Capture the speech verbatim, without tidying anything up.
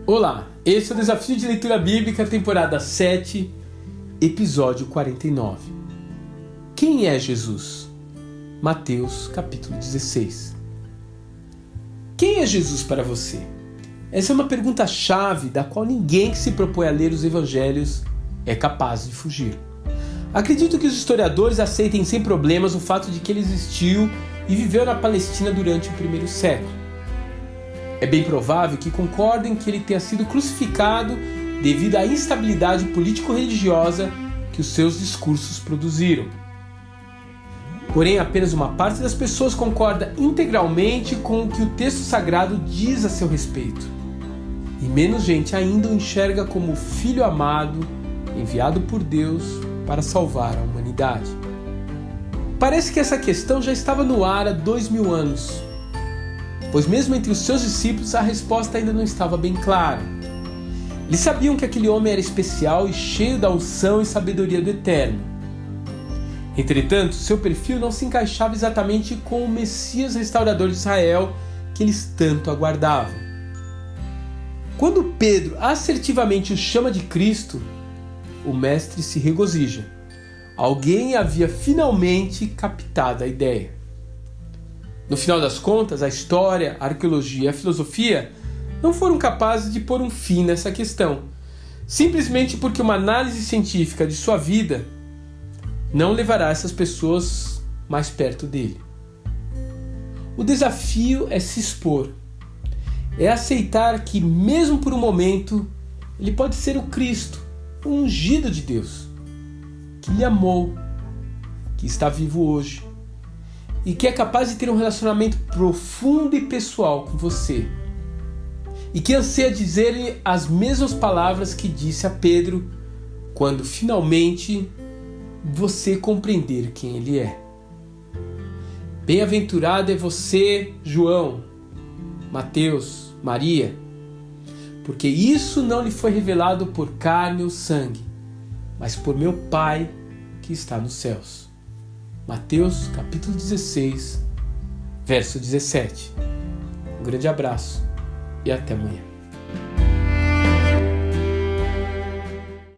Olá, esse é o Desafio de Leitura Bíblica, temporada sete, episódio quarenta e nove. Quem é Jesus? Mateus, capítulo dezesseis. Quem é Jesus para você? Essa é uma pergunta-chave da qual ninguém que se propõe a ler os evangelhos é capaz de fugir. Acredito que os historiadores aceitem sem problemas o fato de que ele existiu e viveu na Palestina durante o primeiro século. É bem provável que concordem que ele tenha sido crucificado devido à instabilidade político-religiosa que os seus discursos produziram. Porém, apenas uma parte das pessoas concorda integralmente com o que o texto sagrado diz a seu respeito. E menos gente ainda o enxerga como o Filho amado, enviado por Deus para salvar a humanidade. Parece que essa questão já estava no ar há dois mil anos. Pois mesmo entre os seus discípulos a resposta ainda não estava bem clara. Eles sabiam que aquele homem era especial e cheio da unção e sabedoria do Eterno. Entretanto, seu perfil não se encaixava exatamente com o Messias restaurador de Israel que eles tanto aguardavam. Quando Pedro assertivamente o chama de Cristo, o mestre se regozija. Alguém havia finalmente captado a ideia. No final das contas, a história, a arqueologia e a filosofia não foram capazes de pôr um fim nessa questão, simplesmente porque uma análise científica de sua vida não levará essas pessoas mais perto dele. O desafio é se expor, é aceitar que, mesmo por um momento, ele pode ser o Cristo, o ungido de Deus, que lhe amou, que está vivo hoje, e que é capaz de ter um relacionamento profundo e pessoal com você. E que anseia dizer-lhe as mesmas palavras que disse a Pedro quando finalmente você compreender quem ele é. Bem-aventurado é você, João, Mateus, Maria, porque isso não lhe foi revelado por carne ou sangue, mas por meu Pai que está nos céus. Mateus capítulo dezesseis, verso dezessete. Um grande abraço e até amanhã.